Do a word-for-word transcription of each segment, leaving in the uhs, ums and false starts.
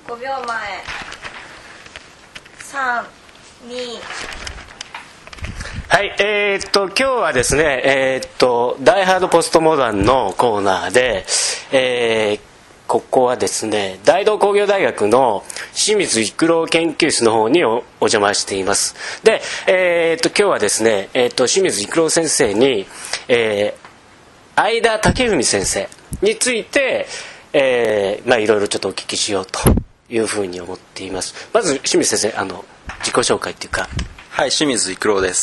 ごびょうまえさん、に。 はい、えー、っと今日はですね、えー、っとダイハードポストモダンのコーナーで、えー、ここはですね大同工業大学の清水育郎研究室の方に お, お邪魔しています。で、えー、っと今日はですね、えー、っと清水育郎先生に、えー、相田武文先生について、えー、まあいろいろちょっとお聞きしようというふうに思っています。まず清水先生、あの自己紹介っていうか。 はい、清水育郎です。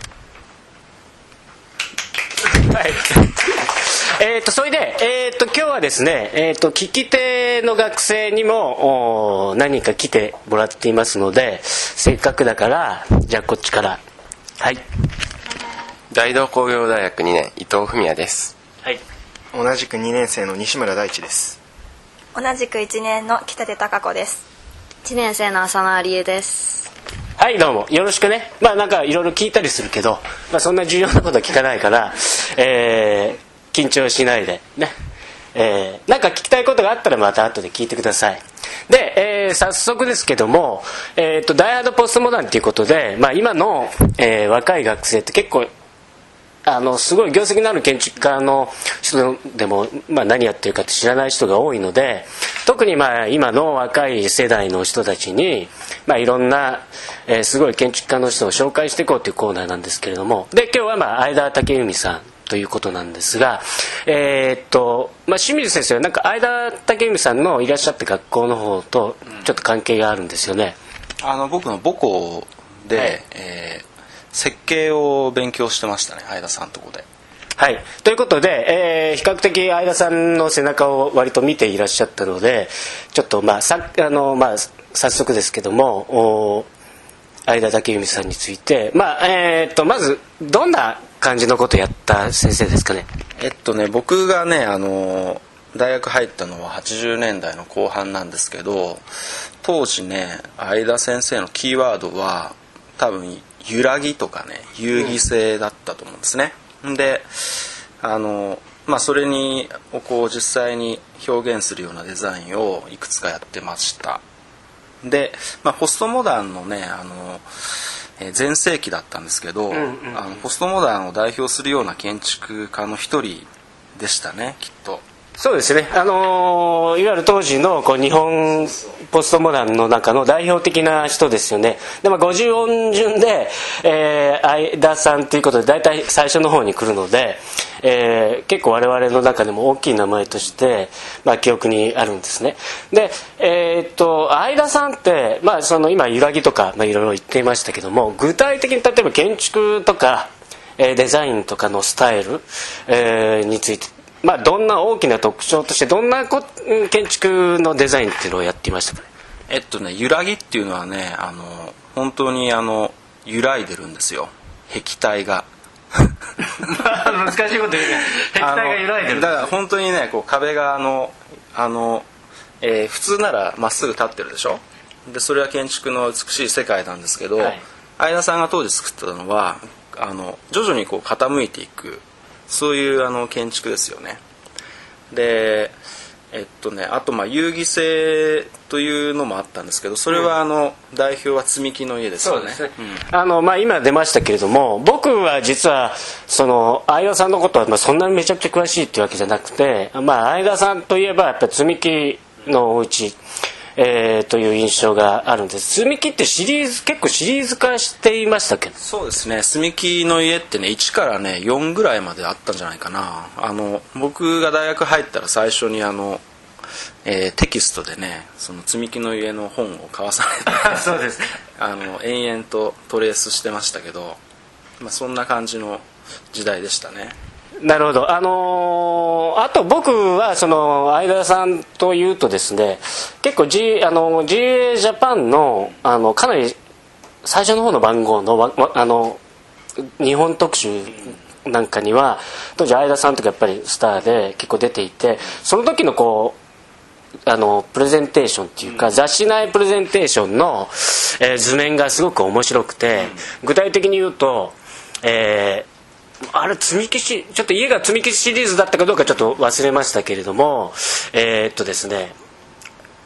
はい、えーとそれで、えーと今日はですね、えーと聞き手の学生にも何人か来てもらっていますので、せっかくだからじゃあこっちから。はい、 大同工業大学にねん伊藤文也です。 はい、 同じくにねん生の西村大地です。 同じくいちねんの北出孝子です。 いちねん生の浅野有恵です。 はい、どうもよろしくね。まあなんかいろいろ聞いたりするけど、まあ、そんな重要なことは聞かないから、えー、緊張しないでね、えー、なんか聞きたいことがあったらまた後で聞いてください。で、えー、早速ですけども、えー、とダイハードポストモダンということで、まあ、今の、えー、若い学生って結構あのすごい業績のある建築家の人でも、まあ、何やってるかって知らない人が多いので、特にまあ今の若い世代の人たちに、まあ、いろんな、えー、すごい建築家の人を紹介していこうというコーナーなんですけれども、で今日はまあ相田武文さんということなんですが、えー、っとまあ、清水先生はなんか相田武文さんのいらっしゃった学校の方とちょっと関係があるんですよね。 あの僕の母校で、 はい、 えー設計を勉強してましたね、相田さんのとこで。 はい、ということで、えー、比較的相田さんの背中を割と見ていらっしゃったので、ちょっとまあさあの、まあ、早速ですけども相田武文さんについて、まあえー、っとまずどんな感じのことをやった先生ですかね。 えっとね僕がねあの大学入ったのははちじゅうねんだいの後半なんですけど、当時ね相田先生のキーワードは多分揺らぎとかね遊戯性だったと思うんですね。であの、まあ、それにをこう実際に表現するようなデザインをいくつかやってました。で、まあ、ポストモダンのねあの全盛期だったんですけど、うんうんうん、あのポストモダンを代表するような建築家の一人でしたね、きっと。 そうですね、あのー、いわゆる当時のこう日本ポストモダンの中の代表的な人ですよね。で、まあ、ごじゅう音順で、えー、相田さんということで大体最初の方に来るので、えー、結構我々の中でも大きい名前として、まあ、記憶にあるんですね。で、えー、っと相田さんって、まあ、その今揺らぎとか、まあ、いろいろ言っていましたけども、具体的に例えば建築とか、えー、デザインとかのスタイル、えー、について、まあ、どんな大きな特徴としてどんなこ建築のデザインっていうのをやっていましたかね。 えっとね揺らぎっていうのはねあの本当にあの揺らいでるんですよ、壁体が難しいこと言うね。壁体が揺らいでる。 だから本当にねこう壁があのあの、えー、普通ならまっすぐ立ってるでしょ。でそれは建築の美しい世界なんですけど、はい、相田さんが当時作ったのはあの徐々にこう傾いていく、そういうあの建築ですよね。でえっとねあとまあ遊戯性というのもあったんですけど、それはあの、うん、代表は積み木の家ですよね。 そうですね、うん、あのまあ、今出ましたけれども、僕は実はその相田さんのことはまあそんなにめちゃくちゃ詳しいっていうわけじゃなくて、まあ、相田さんといえばやっぱり積み木のお家、えー、という印象があるんです。積み木ってシリーズ結構シリーズ化していましたっけど。 そうですね、積み木の家ってねいちからねよんぐらいまであったんじゃないかな。あの僕が大学入ったら最初にあの、えー、テキストでねその積み木の家の本を買わされてそうですあの延々とトレースしてましたけど、まあ、そんな感じの時代でしたね。 なるほど。あのー、あと僕はその相田さんというとですね、結構 G あの ジーエー ジャパンのあのかなり最初の方の番号のあの日本特集なんかには当時相田さんとかやっぱりスターで結構出ていて、その時のこうあのプレゼンテーションっていうか、雑誌内プレゼンテーションの、えー、図面がすごく面白くて、具体的に言うと、えーあれ積み木しちょっと家が積み木シリーズだったかどうかちょっと忘れましたけれども、えー、っとですね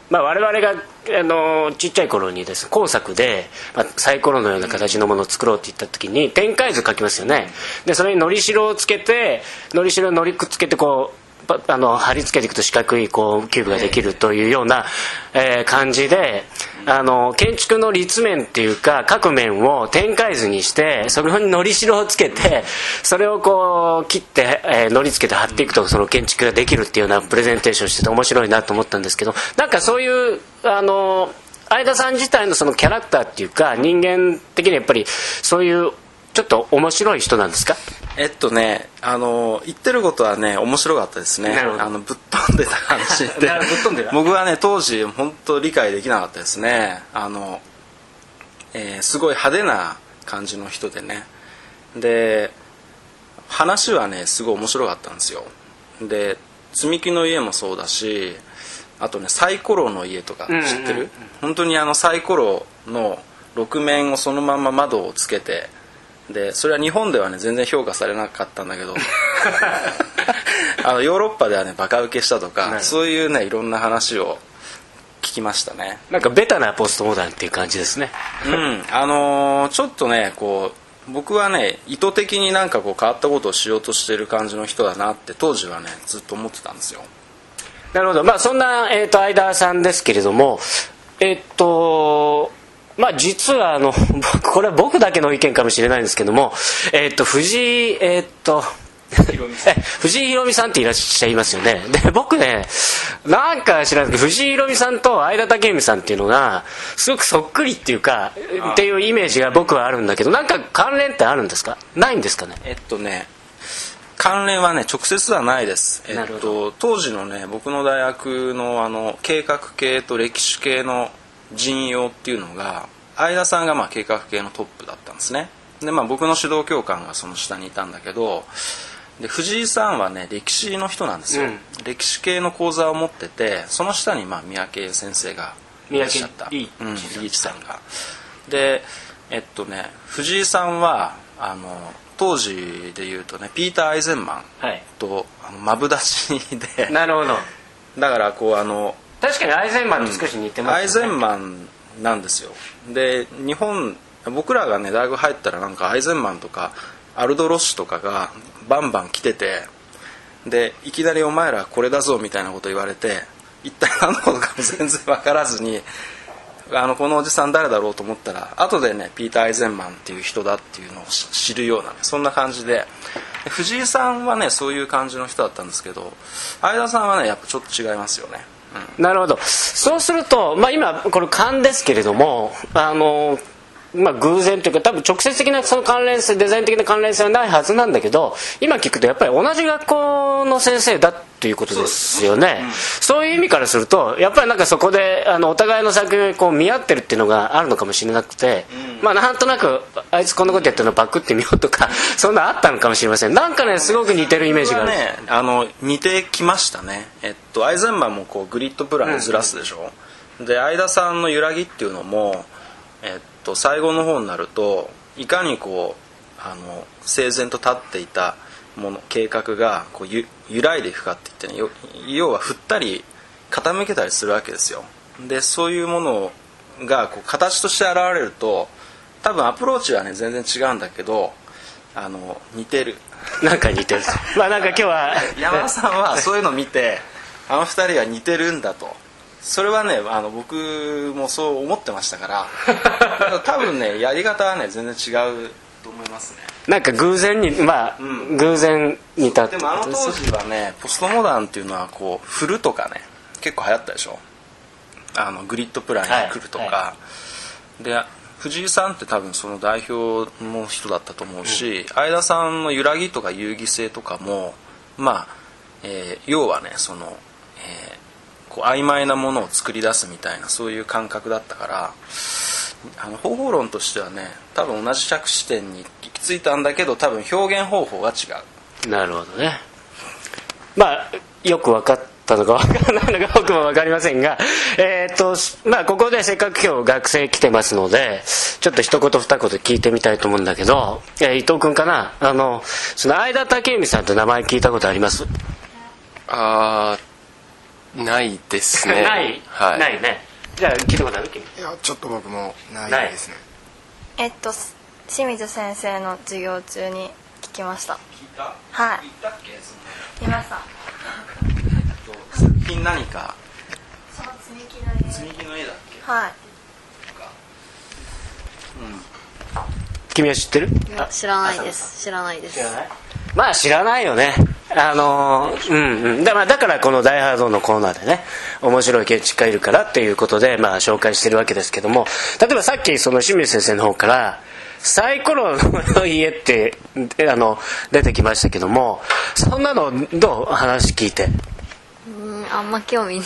まあ、我々があのちっちゃい頃にです工作で、まあ、サイコロのような形のものを作ろうって言った時に展開図描きますよね。でそれにのりしろをつけてのりしろをのりくっつけてこうあの貼り付けていくと四角いこうキューブができるというような、えー、感じであの建築の立面っていうか各面を展開図にしてそこにのりしろをつけてそれをこう切って、えー、のりつけて貼っていくとその建築ができるっていうようなプレゼンテーションしてて面白いなと思ったんですけど、なんかそういうあの相田さん自体のそのキャラクターっていうか人間的にやっぱりそういうちょっと面白い人なんですか？ えっとねあの言ってることはね面白かったですね。あのぶっ飛んでた話ってぶっ飛んでた僕はね当時本当理解できなかったですね。あの、えー、すごい派手な感じの人でね、で話はねすごい面白かったんですよ。で積み木の家もそうだし、あとねサイコロの家とか知ってる、うんうんうん、本当にあのサイコロのろく面をそのまま窓をつけて、でそれは日本ではね全然評価されなかったんだけどあのヨーロッパではねバカ受けしたとか、そういうねいろんな話を聞きましたね。 なんかベタなポストモダンっていう感じですね。 うんあのー、ちょっとねこう僕はね意図的になんかこう変わったことをしようとしてる感じの人だなって当時はねずっと思ってたんですよ。 なるほど。まあそんな、えー、と相田さんですけれども、えっ、ー、とまあ実はあのこれは僕だけの意見かもしれないんですけども、えっ、ー、と藤井えっ、ー、と藤井ひろみさんっていらっしゃいますよね。で僕ねなんか知らないけど藤井ひろみさんと相田武美さんっていうのがすごくそっくりっていうかっていうイメージが僕はあるんだけど、なんか関連ってあるんですか？ないんですかね？ えっとね関連はね直接はないです。えっと当時のね僕の大学のあの計画系と歴史系の陣容っていうのが相田さんがまあ計画系のトップだったんですね。で、まあ、僕の指導教官がその下にいたんだけど、で藤井さんはね歴史の人なんですよ、うん、歴史系の講座を持ってて、その下にまあ三宅先生がいらっしゃった、リーチさんが。でえっとね藤井さんはあの当時でいうとねピーター・アイゼンマンと、はい、あのマブダチでなるほど。 だからこうあの確かにアイゼンマンと少し似てますよね、 うん、アイゼンマンなんですよ。で日本僕らがね大学入ったらなんかアイゼンマンとかアルドロッシュとかがバンバン来てて、でいきなりお前らこれだぞみたいなこと言われて一体何のことかも全然分からずにあのこのおじさん誰だろうと思ったら後でねピーター・アイゼンマンっていう人だっていうのを知るような、ね、そんな感じで、藤井さんはねそういう感じの人だったんですけど、相田さんはねやっぱちょっと違いますよね。 うん、なるほど。そうすると、まあ、今これ勘ですけれどもあのまあ、偶然というか多分直接的なその関連性デザイン的な関連性はないはずなんだけど、今聞くとやっぱり同じ学校の先生だということですよね。そう、うん、そういう意味からするとやっぱりなんかそこであのお互いの作品がこう見合ってるっていうのがあるのかもしれなくて、うん、まあなんとなくあいつこんなことやってるのパクってみようとかそんなあったのかもしれません。なんかねすごく似てるイメージがある。 ね、あの似てきましたね。えっとアイゼンマンもこうグリッドプランずらすでしょ、うん、で相田さんの揺らぎっていうのもえっと最後の方になるといかにこうあの整然と立っていたもの計画がこうゆ揺らいでいくかって言って、ね、要は振ったり傾けたりするわけですよ。でそういうものがこう形として現れると多分アプローチはね全然違うんだけどあの似てるなんか似てるまあなんか今日は山田さんはそういうのを見てあの二人は似てるんだと、それはねあの僕もそう思ってましたから多分ねやり方はね全然違うと思いますね。 なんか偶然にまあ、うん、偶然似たってでもあの当時はねポストモダンっていうのはこう振るとかね結構流行ったでしょ。あのグリッドプランに来るとか、はいはい、で藤井さんって多分その代表の人だったと思うし、うん、相田さんの揺らぎとか遊戯性とかもまあ、えー、要はねその、えーこう曖昧なものを作り出すみたいなそういう感覚だったからあの方法論としてはね多分同じ着地点に行き着いたんだけど多分表現方法が違う。 なるほどね。まあよく分かったのか分からないのか僕も分かりませんが、えーっとまあ、ここでせっかく今日学生来てますのでちょっと一言二言聞いてみたいと思うんだけど、えー、伊藤君かな、あのその相田武美さんって名前聞いたことあります？ あーないですね。 ない、 はい、 ないね。じゃあ聞いたことある？ いやちょっと僕もないですね。 えっと清水先生の授業中に聞きました。聞いた？ はい。 聞いたっけ？ 聞きました。 作品何か？ その積み木の絵。 積み木の絵だっけ？ はい。 うん。 君は知ってる？ いや知らないです。知らないです。 知らない？まあ知らないよね。あのー、うんうん。だ、まあ、だからこのダイハードのコーナーでね、面白い建築家いるからっていうことで、まあ紹介してるわけですけども、例えばさっきその清水先生の方からサイコロの家ってあの出てきましたけども、そんなのどう？話聞いて。 うんあんま興味ない。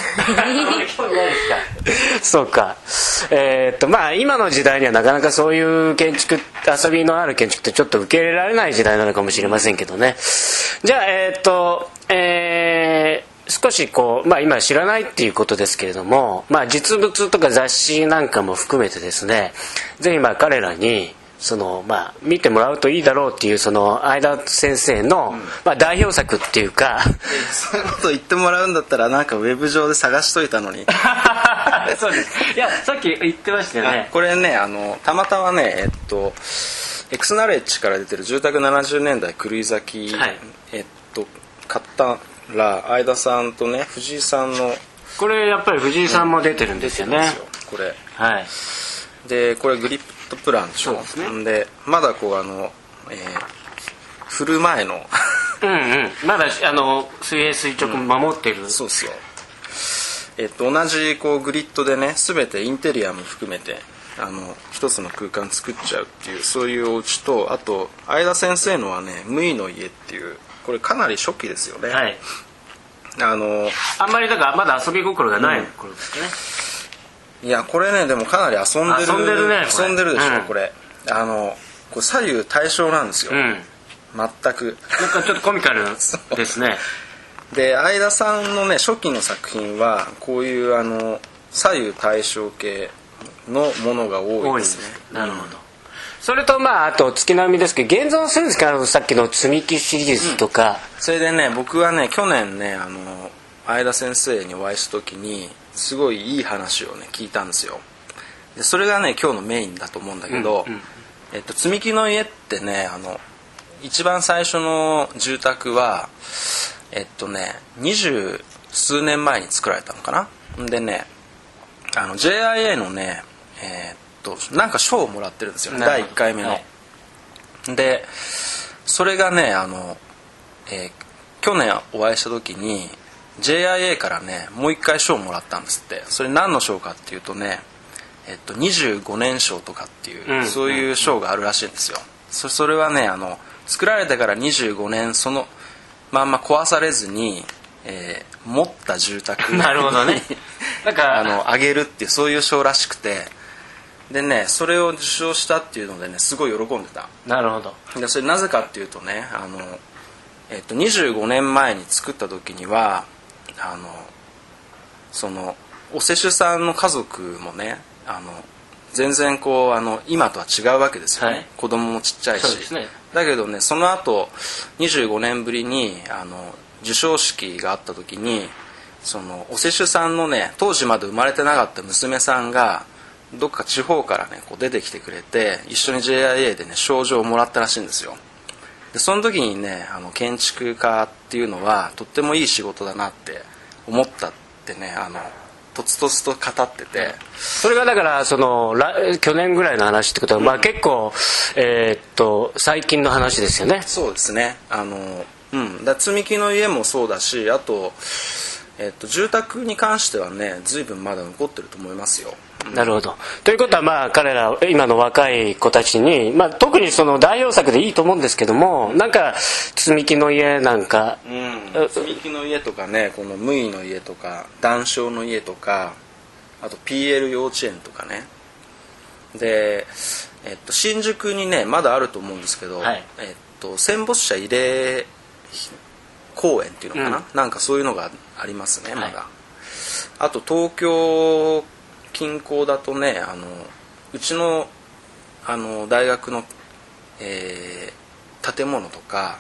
そうか。えー、っとまあ今の時代にはなかなかそういう建築、遊びのある建築ってちょっと受け入れられない時代なのかもしれませんけどね。じゃあえー、っと、えー、少しこう、まあ、今知らないっていうことですけれども、まあ、実物とか雑誌なんかも含めてですね、ぜひまあ彼らにその、まあ、見てもらうといいだろうっていうその相田先生の、まあ、代表作っていうか、 そういうこと言ってもらうんだったらなんかウェブ上で探しといたのに。 そうです。いやさっき言ってましたよね。 これねあのたまたまねえっとエクスナレッジから出てる住宅ななじゅうねんだい狂い咲き、はい、えっと買ったら相田さんとね藤井さんのこれやっぱり藤井さんも出てるんですよね。 よこれ、 はい、 でこれグリッドプランでしょ。 そうですね。 でまだこうあの、えー、振る前のうんうんまだあの水平垂直守ってる、 うん、そうですよ。えっと、同じこうグリッドでね全てインテリアも含めてあの一つの空間作っちゃうっていうそういうお家と、あと相田先生のはね無為の家っていうこれかなり初期ですよね。 はい、 あのあんまりだからまだ遊び心がない頃ですね、うん、いやこれねでもかなり遊んでる遊んでるね遊んでるでしょ、 うん、 これあのこれ左右対称なんですよ、うん、全くなんかちょっとコミカルですね。 で相田さんのね初期の作品はこういうあの左右対称系のものが多いですね。 なるほど、うん、それとまああと月並みですけど現存するんですか、さっきの積み木シリーズとか、 うん、それでね僕はね去年ねあの相田先生にお会いした時にすごいいい話をね聞いたんですよ。でそれがね今日のメインだと思うんだけど、うんうんえっと、積み木の家ってねあの一番最初の住宅はえっとね二十数年前に作られたのかな。でねあの ジェイアイエー のねえー、っとなんか賞をもらってるんですよだいいっかいめの、はい、でそれがねあの、えー、去年お会いした時に ジェイアイエー からねもういっかい賞をもらったんですって。それ何の賞かっていうとねえっとにじゅうごねん賞とかっていう、うん、そういう賞があるらしいんですよ。そ, それはねあの作られてからにじゅうごねんそのまんま壊されずに、えー、持った住宅なるほどねなんかあのあげるっていうそういう賞らしくて、でねそれを受賞したっていうのでねすごい喜んでた。 なるほど。 でそれなぜかっていうとねあの、えっと、にじゅうごねんまえに作った時にはあのそのお施主さんの家族もねあの全然こうあの今とは違うわけですよね、はい、子供もちっちゃいし、 そうですね、 だけどねその後にじゅうごねんぶりにあの授賞式があった時にそのお施主さんのね当時まだ生まれてなかった娘さんがどっか地方からねこう出てきてくれて一緒に ジェイアイエー でね賞状をもらったらしいんですよ。でその時にねあの建築家っていうのはとってもいい仕事だなって思ったってねあのとつとつと語ってて、 それがだからその去年ぐらいの話ってことは、うん、まあ結構、えー、っと最近の話ですよね。 そうですねあの、うん、だ積み木の家もそうだしあと、えー、っと住宅に関してはね随分まだ残ってると思いますよ。 なるほど。ということはまあ彼ら今の若い子たちに、まあ、特にその代表作でいいと思うんですけども、なんか積み木の家なんか、 うん、積み木の家とかねこの無為の家とか談笑の家とかあと ピーエル 幼稚園とかねで、えっと、新宿にねまだあると思うんですけど、はい、えっと、戦没者慰霊公園っていうのかな、うん、なんかそういうのがありますねまだ、はい、あと東京近郊だとねあのうちの、あの大学の、えー、建物とか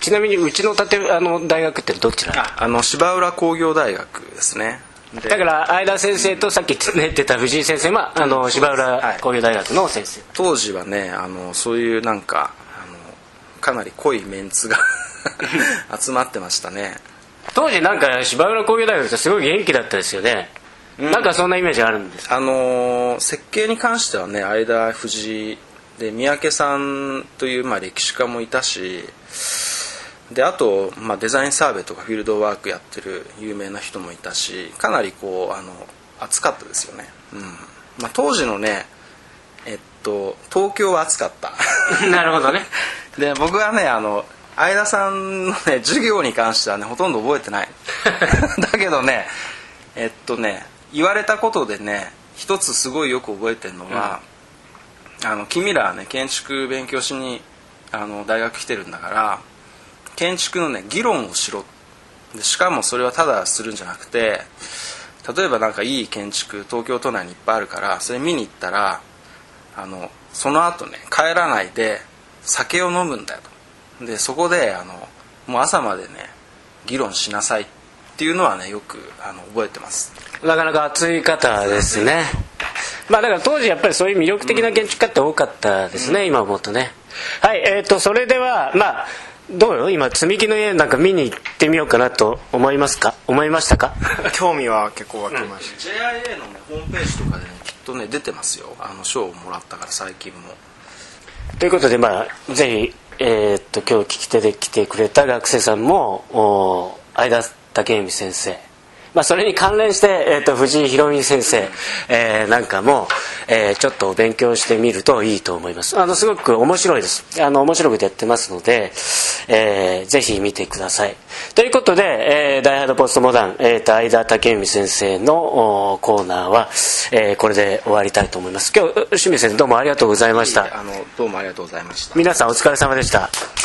ちなみにうちの建あの大学ってどちら？ ああの芝浦工業大学ですね。でだから相田先生とさっき言ってた藤井先生はあの芝浦工業大学の先生、はい、 当時はねあのそういうなんかあのかなり濃いメンツが集まってましたね。 当時なんか芝浦工業大学ってすごい元気だったですよね、うん、なんかそんなイメージあるんですか？ あの設計に関してはね相田藤井で三宅さんという、まあ、歴史家もいたし、であと、まあ、デザインサーベイとかフィールドワークやってる有名な人もいたし、かなりこうあの暑かったですよね、うんまあ、当時のねえっと東京は暑かったなるほどね。 で僕はねあの相田さんのね授業に関してはねほとんど覚えてないだけどねえっとね言われたことでね一つすごいよく覚えてるのは、うん、あの君らはね建築勉強しにあの大学来てるんだから建築のね議論をしろで、しかもそれはただするんじゃなくて、例えばなんかいい建築東京都内にいっぱいあるからそれ見に行ったらあのその後ね帰らないで酒を飲むんだよと。でそこであのもう朝までね議論しなさいっていうのはねよくあの覚えてます。 なかなか熱い方ですね。まあだから当時やっぱりそういう魅力的な建築家って多かったですね、うん、今思うとね。はい、えーとそれではまあどうよ今積み木の家なんか見に行ってみようかなと思いますか思いましたか？ 興味は結構湧きました、うん、 ジェイアイエー の、ね、ホームページとかで、ね、きっとね出てますよ、あの賞をもらったから最近も。 ということでまあぜひ、えー、っと今日聞き手で来てくれた学生さんも相田武美先生、まあ、それに関連して、えー、と藤井博美先生、えー、なんかも、えー、ちょっと勉強してみるといいと思います。あのすごく面白いです。あの面白くやってますので、えー、ぜひ見てください。ということで、えー、ダイハードポストモダン、えー、と相田武美先生のコーナーは、えー、これで終わりたいと思います。今日清水先生どうもありがとうございました。 あのどうもありがとうございました。 皆さんお疲れ様でした。